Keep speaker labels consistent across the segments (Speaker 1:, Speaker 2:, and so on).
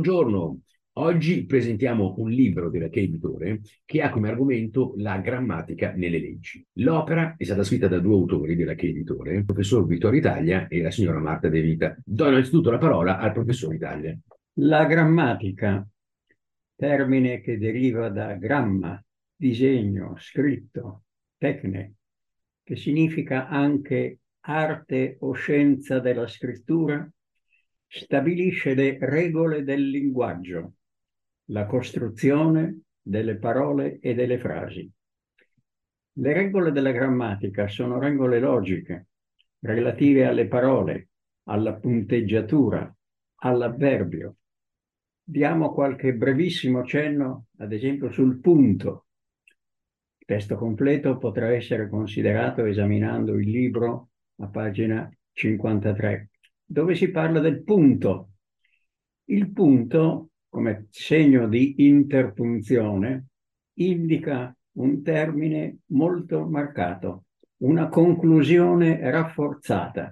Speaker 1: Buongiorno, oggi presentiamo un libro della Che Editore che ha come argomento la grammatica nelle leggi. L'opera è stata scritta da due autori della Che Editore, il professor Vittorio Italia e la signora Marta De Vita. Do innanzitutto la parola al professor Italia.
Speaker 2: La grammatica, termine che deriva da gramma, disegno, scritto, tecne, che significa anche arte o scienza della scrittura, stabilisce le regole del linguaggio, la costruzione delle parole e delle frasi. Le regole della grammatica sono regole logiche, relative alle parole, alla punteggiatura, all'avverbio. Diamo qualche brevissimo cenno, ad esempio, sul punto. Il testo completo potrà essere considerato esaminando il libro a pagina 53, dove si parla del punto. Il punto, come segno di interpunzione, indica un termine molto marcato, una conclusione rafforzata.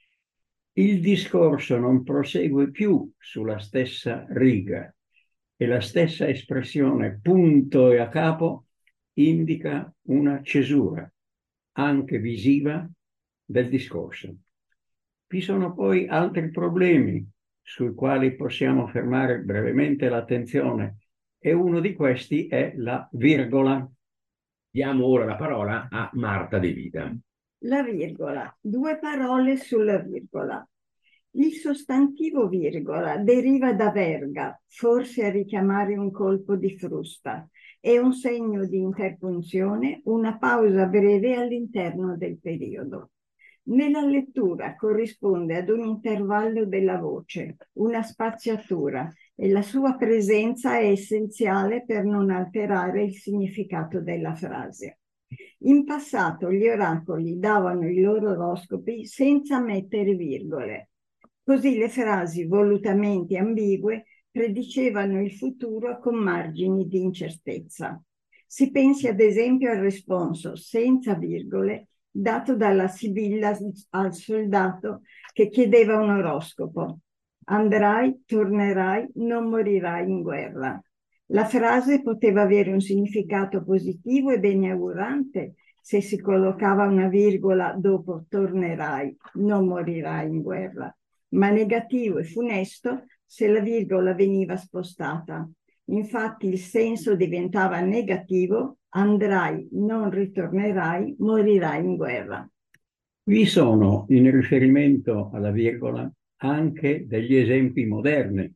Speaker 2: Il discorso non prosegue più sulla stessa riga e la stessa espressione punto e a capo indica una cesura, anche visiva, del discorso. Vi sono poi altri problemi sui quali possiamo fermare brevemente l'attenzione e uno di questi è la virgola.
Speaker 1: Diamo ora la parola a Marta De Vita.
Speaker 3: La virgola, due parole sulla virgola. Il sostantivo virgola deriva da verga, forse a richiamare un colpo di frusta. È un segno di interpunzione, una pausa breve all'interno del periodo. Nella lettura corrisponde ad un intervallo della voce, una spaziatura, e la sua presenza è essenziale per non alterare il significato della frase. In passato gli oracoli davano i loro oroscopi senza mettere virgole. Così le frasi volutamente ambigue predicevano il futuro con margini di incertezza. Si pensi ad esempio al responso senza virgole dato dalla Sibilla al soldato che chiedeva un oroscopo. Andrai, tornerai, non morirai in guerra. La frase poteva avere un significato positivo e beneaugurante se si collocava una virgola dopo tornerai, non morirai in guerra, ma negativo e funesto se la virgola veniva spostata. Infatti il senso diventava negativo, andrai, non ritornerai, morirai in guerra.
Speaker 2: Vi sono, in riferimento alla virgola, anche degli esempi moderni.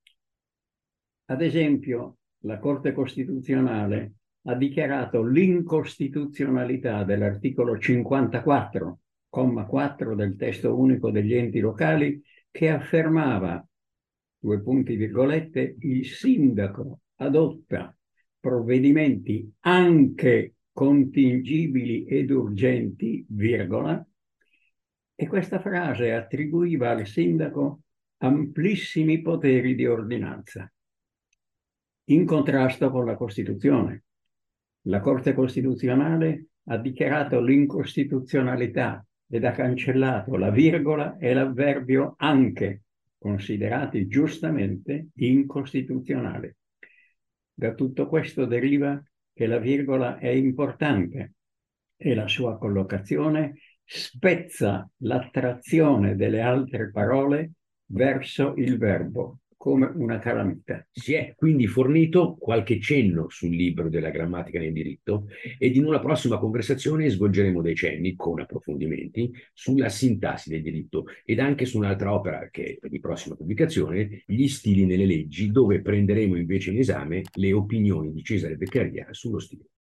Speaker 2: Ad esempio, la Corte Costituzionale ha dichiarato l'incostituzionalità dell'articolo 54, comma 4 del testo unico degli enti locali, che affermava, due punti virgolette, il sindaco adotta provvedimenti anche contingibili ed urgenti, virgola, e questa frase attribuiva al sindaco amplissimi poteri di ordinanza, in contrasto con la Costituzione. La Corte Costituzionale ha dichiarato l'incostituzionalità ed ha cancellato la virgola e l'avverbio anche, considerati giustamente incostituzionali. Da tutto questo deriva che la virgola è importante e la sua collocazione spezza l'attrazione delle altre parole verso il verbo, come una calamita.
Speaker 1: Si è quindi fornito qualche cenno sul libro della grammatica nel diritto ed in una prossima conversazione svolgeremo dei cenni con approfondimenti sulla sintassi del diritto ed anche su un'altra opera che è di prossima pubblicazione, Gli stili nelle leggi, dove prenderemo invece in esame le opinioni di Cesare Beccaria sullo stile.